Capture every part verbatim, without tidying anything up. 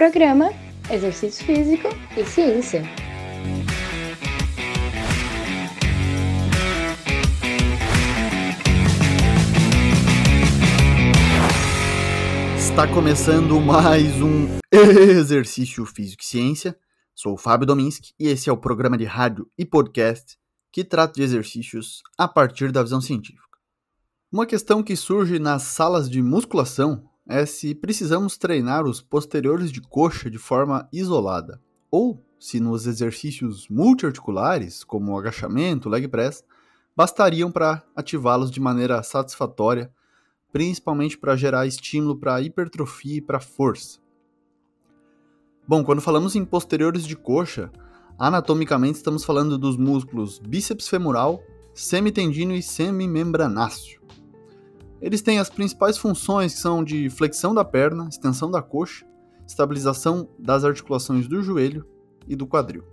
Programa Exercício Físico e Ciência. Está começando mais um Exercício Físico e Ciência. Sou o Fábio Dominski e esse é o programa de rádio e podcast que trata de exercícios a partir da visão científica. Uma questão que surge nas salas de musculação é se precisamos treinar os posteriores de coxa de forma isolada, ou se nos exercícios multiarticulares, como o agachamento, leg press, bastariam para ativá-los de maneira satisfatória, principalmente para gerar estímulo para hipertrofia e para força. Bom, quando falamos em posteriores de coxa, anatomicamente estamos falando dos músculos bíceps femoral, semitendino e semimembranáceo. Eles têm as principais funções que são de flexão da perna, extensão da coxa, estabilização das articulações do joelho e do quadril.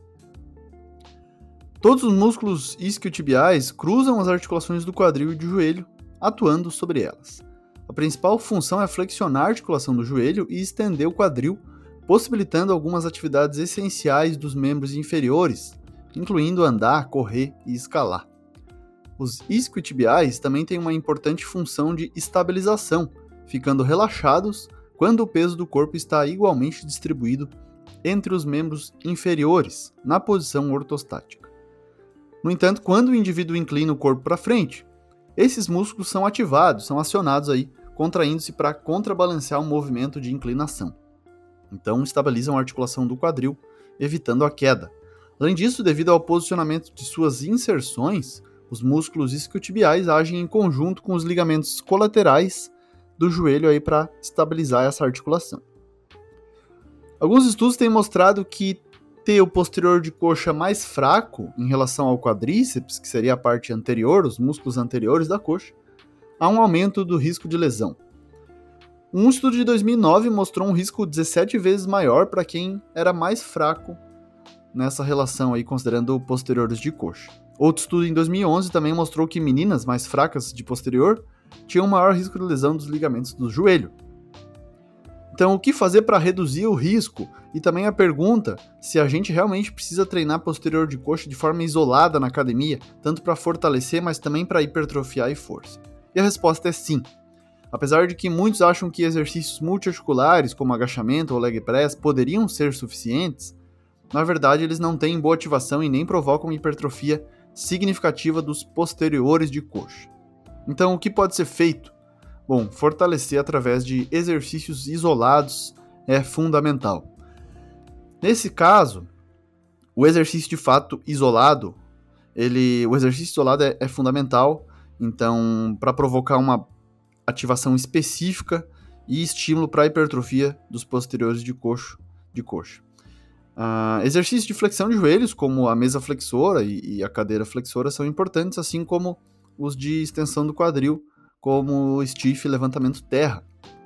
Todos os músculos isquiotibiais cruzam as articulações do quadril e do joelho, atuando sobre elas. A principal função é flexionar a articulação do joelho e estender o quadril, possibilitando algumas atividades essenciais dos membros inferiores, incluindo andar, correr e escalar. Os isquiotibiais também têm uma importante função de estabilização, ficando relaxados quando o peso do corpo está igualmente distribuído entre os membros inferiores, na posição ortostática. No entanto, quando o indivíduo inclina o corpo para frente, esses músculos são ativados, são acionados aí, contraindo-se para contrabalancear o movimento de inclinação. Então, estabilizam a articulação do quadril, evitando a queda. Além disso, devido ao posicionamento de suas inserções, os músculos isquiotibiais agem em conjunto com os ligamentos colaterais do joelho aí para estabilizar essa articulação. Alguns estudos têm mostrado que ter o posterior de coxa mais fraco em relação ao quadríceps, que seria a parte anterior, os músculos anteriores da coxa, há um aumento do risco de lesão. Um estudo de dois mil e nove mostrou um risco dezessete vezes maior para quem era mais fraco nessa relação aí, considerando posteriores de coxa. Outro estudo em dois mil e onze também mostrou que meninas mais fracas de posterior tinham maior risco de lesão dos ligamentos do joelho. Então, o que fazer para reduzir o risco? E também a pergunta se a gente realmente precisa treinar posterior de coxa de forma isolada na academia, tanto para fortalecer, mas também para hipertrofiar e força. E a resposta é sim. Apesar de que muitos acham que exercícios multiarticulares, como agachamento ou leg press, poderiam ser suficientes, na verdade eles não têm boa ativação e nem provocam hipertrofia significativa dos posteriores de coxa. Então, o que pode ser feito? Bom, fortalecer através de exercícios isolados é fundamental. Nesse caso, o exercício de fato isolado, ele, o exercício isolado é, é fundamental, então, para provocar uma ativação específica e estímulo para a hipertrofia dos posteriores de coxa. De coxa. Uh, exercícios de flexão de joelhos, como a mesa flexora e, e a cadeira flexora, são importantes, assim como os de extensão do quadril, como o stiff e levantamento terra.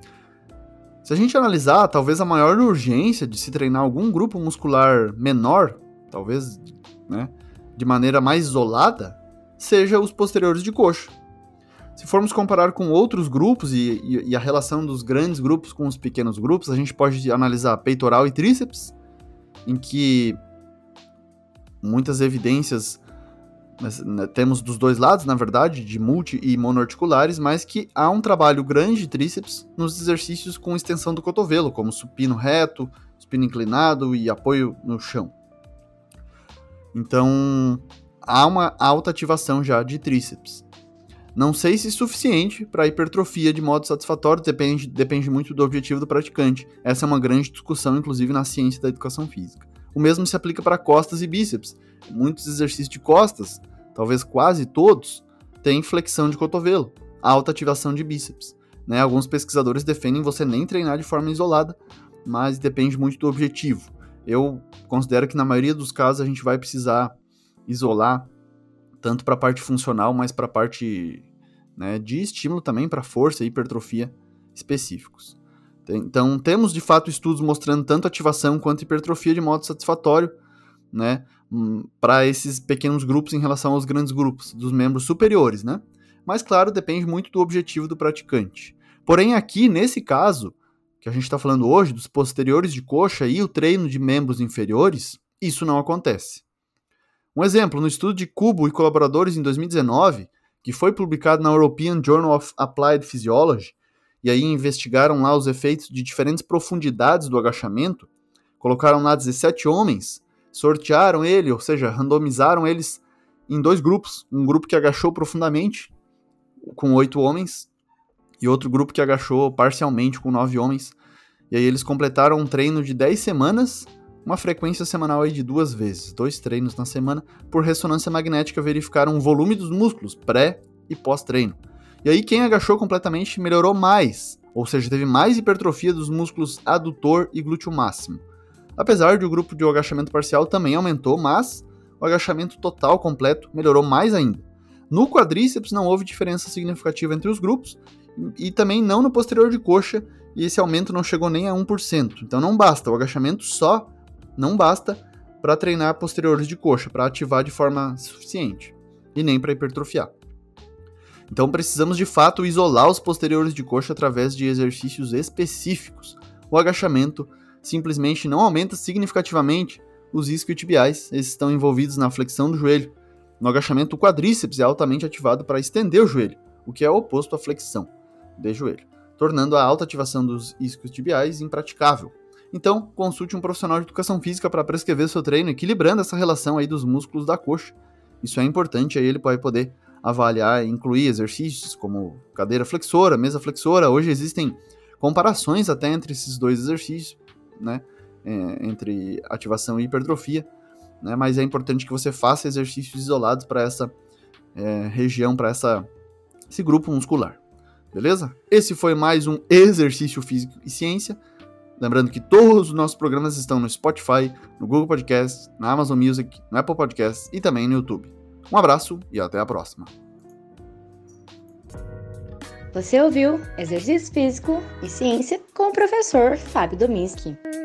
Se a gente analisar, talvez a maior urgência de se treinar algum grupo muscular menor, talvez, né, de maneira mais isolada, seja os posteriores de coxa. Se formos comparar com outros grupos e, e, e a relação dos grandes grupos com os pequenos grupos, a gente pode analisar peitoral e tríceps, em que muitas evidências mas, né, temos dos dois lados, na verdade, de multi e monoarticulares, mas que há um trabalho grande de tríceps nos exercícios com extensão do cotovelo, como supino reto, supino inclinado e apoio no chão. Então, há uma alta ativação já de tríceps. Não sei se é suficiente para hipertrofia de modo satisfatório, depende, depende muito do objetivo do praticante. Essa é uma grande discussão, inclusive, na ciência da educação física. O mesmo se aplica para costas e bíceps. Muitos exercícios de costas, talvez quase todos, têm flexão de cotovelo, alta ativação de bíceps. Né? Alguns pesquisadores defendem você nem treinar de forma isolada, mas depende muito do objetivo. Eu considero que na maioria dos casos a gente vai precisar isolar tanto para a parte funcional, mas para a parte, né, de estímulo também para força e hipertrofia específicos. Então, temos de fato estudos mostrando tanto ativação quanto hipertrofia de modo satisfatório, né, para esses pequenos grupos em relação aos grandes grupos, dos membros superiores, né? Mas, claro, depende muito do objetivo do praticante. Porém, aqui, nesse caso, que a gente está falando hoje, dos posteriores de coxa e o treino de membros inferiores, isso não acontece. Um exemplo, no estudo de Kubo e colaboradores em dois mil e dezenove, que foi publicado na European Journal of Applied Physiology, e aí investigaram lá os efeitos de diferentes profundidades do agachamento, colocaram lá dezessete homens, sortearam ele, ou seja, randomizaram eles em dois grupos, um grupo que agachou profundamente, com oito homens, e outro grupo que agachou parcialmente, com nove homens, e aí eles completaram um treino de dez semanas, uma frequência semanal aí de duas vezes, dois treinos na semana, por ressonância magnética verificaram o volume dos músculos pré e pós-treino. E aí quem agachou completamente melhorou mais, ou seja, teve mais hipertrofia dos músculos adutor e glúteo máximo. Apesar de o grupo de agachamento parcial também aumentou, mas o agachamento total completo melhorou mais ainda. No quadríceps não houve diferença significativa entre os grupos, e também não no posterior de coxa, e esse aumento não chegou nem a um por cento. Então não basta, o agachamento só não basta para treinar posteriores de coxa, para ativar de forma suficiente, e nem para hipertrofiar. Então precisamos de fato isolar os posteriores de coxa através de exercícios específicos. O agachamento simplesmente não aumenta significativamente os isquiotibiais, eles estão envolvidos na flexão do joelho. No agachamento, o quadríceps é altamente ativado para estender o joelho, o que é oposto à flexão de joelho, tornando a alta ativação dos isquiotibiais impraticável. Então, consulte um profissional de educação física para prescrever seu treino, equilibrando essa relação aí dos músculos da coxa. Isso é importante, aí ele vai poder avaliar e incluir exercícios como cadeira flexora, mesa flexora. Hoje existem comparações até entre esses dois exercícios, né, é, entre ativação e hipertrofia, né, mas é importante que você faça exercícios isolados para essa é, região, para essa esse grupo muscular, beleza? Esse foi mais um Exercício Físico e Ciência. Lembrando que todos os nossos programas estão no Spotify, no Google Podcasts, na Amazon Music, no Apple Podcasts e também no YouTube. Um abraço e até a próxima. Você ouviu Exercício Físico e Ciência com o professor Fábio Dominski.